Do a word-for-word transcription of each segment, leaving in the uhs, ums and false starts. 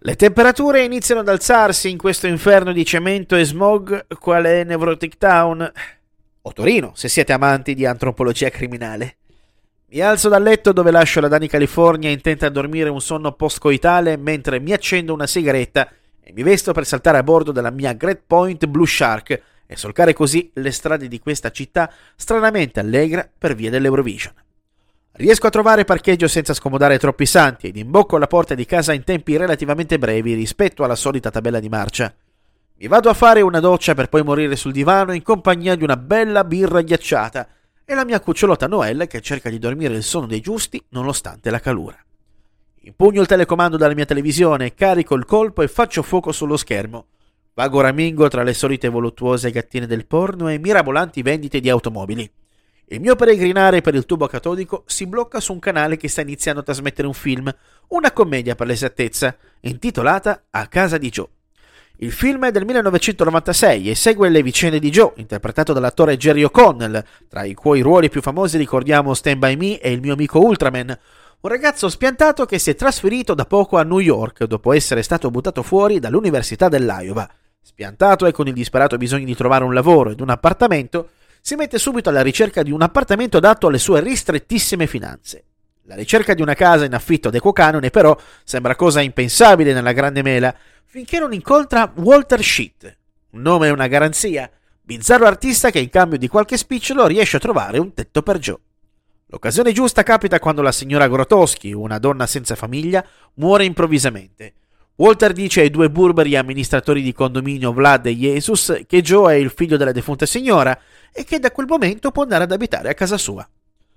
Le temperature iniziano ad alzarsi in questo inferno di cemento e smog qual è Nevrotic Town, o Torino, se siete amanti di antropologia criminale. Mi alzo dal letto dove lascio la Dani California intenta a dormire un sonno postcoitale mentre mi accendo una sigaretta e mi vesto per saltare a bordo della mia Great Point Blue Shark e solcare così le strade di questa città stranamente allegra per via dell'Eurovision. Riesco a trovare parcheggio senza scomodare troppi santi ed imbocco la porta di casa in tempi relativamente brevi rispetto alla solita tabella di marcia. Mi vado a fare una doccia per poi morire sul divano in compagnia di una bella birra ghiacciata e la mia cucciolota Noelle che cerca di dormire il sonno dei giusti nonostante la calura. Impugno il telecomando dalla mia televisione, carico il colpo e faccio fuoco sullo schermo. Vago ramingo tra le solite voluttuose gattine del porno e mirabolanti vendite di automobili. Il mio peregrinare per il tubo catodico si blocca su un canale che sta iniziando a trasmettere un film, una commedia per l'esattezza, intitolata A casa di Joe. Il film è del millenovecentonovantasei e segue le vicende di Joe, interpretato dall'attore Jerry O'Connell, tra i cui ruoli più famosi ricordiamo Stand By Me e Il mio amico Ultraman, un ragazzo spiantato che si è trasferito da poco a New York dopo essere stato buttato fuori dall'Università dell'Iowa. Spiantato e con il disperato bisogno di trovare un lavoro ed un appartamento, si mette subito alla ricerca di un appartamento adatto alle sue ristrettissime finanze. La ricerca di una casa in affitto ad equo canone però sembra cosa impensabile nella grande mela, finché non incontra Walter Shit, un nome e una garanzia, bizzarro artista che in cambio di qualche spicciolo riesce a trovare un tetto per Joe. L'occasione giusta capita quando la signora Grotowski, una donna senza famiglia, muore improvvisamente. Walter dice ai due burberi amministratori di condominio Vlad e Jesus che Joe è il figlio della defunta signora e che da quel momento può andare ad abitare a casa sua.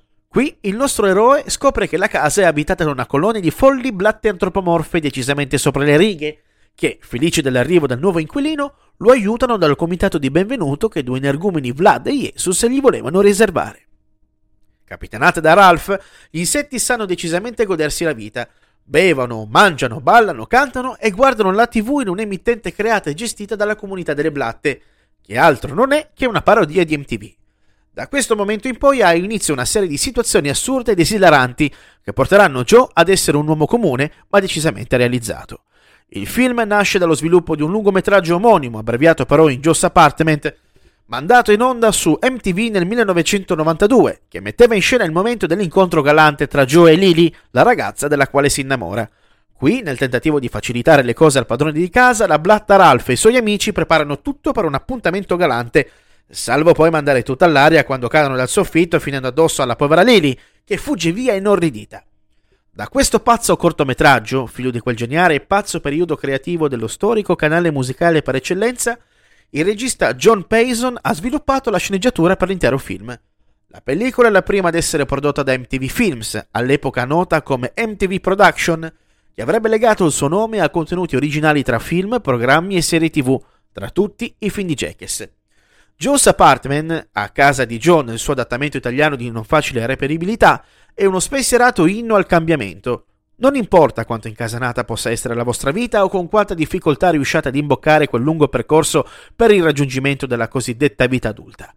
Qui il nostro eroe scopre che la casa è abitata da una colonia di folli blatte antropomorfe decisamente sopra le righe, che, felici dell'arrivo del nuovo inquilino, lo aiutano dal comitato di benvenuto che due energumeni Vlad e Jesus gli volevano riservare. Capitanate da Ralph, gli insetti sanno decisamente godersi la vita. Bevono, mangiano, ballano, cantano e guardano la tivù in un'emittente creata e gestita dalla comunità delle blatte, che altro non è che una parodia di M T V. Da questo momento in poi ha inizio una serie di situazioni assurde ed esilaranti che porteranno Joe ad essere un uomo comune ma decisamente realizzato. Il film nasce dallo sviluppo di un lungometraggio omonimo, abbreviato però in Joe's Apartment, mandato in onda su M T V nel millenovecentonovantadue, che metteva in scena il momento dell'incontro galante tra Joe e Lily, la ragazza della quale si innamora. Qui, nel tentativo di facilitare le cose al padrone di casa, la blatta Ralph e i suoi amici preparano tutto per un appuntamento galante, salvo poi mandare tutto all'aria quando cadono dal soffitto finendo addosso alla povera Lily, che fugge via inorridita. Da questo pazzo cortometraggio, figlio di quel geniale e pazzo periodo creativo dello storico canale musicale per eccellenza, il regista John Payson ha sviluppato la sceneggiatura per l'intero film. La pellicola è la prima ad essere prodotta da M T V Films, all'epoca nota come M T V Production, che avrebbe legato il suo nome a contenuti originali tra film, programmi e serie tivù, tra tutti i film di Jackass. Joe's Apartment, a casa di Joe nel suo adattamento italiano di non facile reperibilità, è uno spensierato inno al cambiamento. Non importa quanto incasanata possa essere la vostra vita o con quanta difficoltà riusciate ad imboccare quel lungo percorso per il raggiungimento della cosiddetta vita adulta.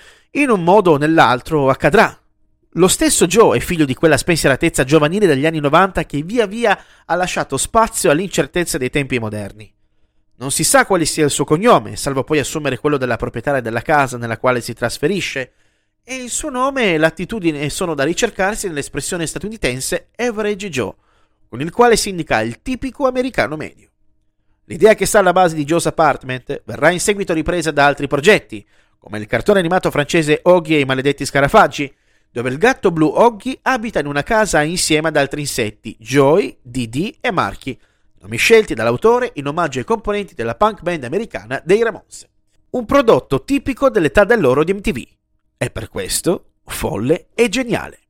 In un modo o nell'altro accadrà. Lo stesso Joe è figlio di quella spensieratezza giovanile degli anni novanta che via via ha lasciato spazio all'incertezza dei tempi moderni. Non si sa quale sia il suo cognome, salvo poi assumere quello della proprietaria della casa nella quale si trasferisce, e il suo nome e l'attitudine sono da ricercarsi nell'espressione statunitense Average Joe, con il quale si indica il tipico americano medio. L'idea che sta alla base di Joe's Apartment verrà in seguito ripresa da altri progetti, come il cartone animato francese Oggy e i maledetti scarafaggi, dove il gatto blu Oggy abita in una casa insieme ad altri insetti, Joey, Didi e Marky, nomi scelti dall'autore in omaggio ai componenti della punk band americana dei Ramones. Un prodotto tipico dell'età d'alloro di M T V. E per questo folle e geniale.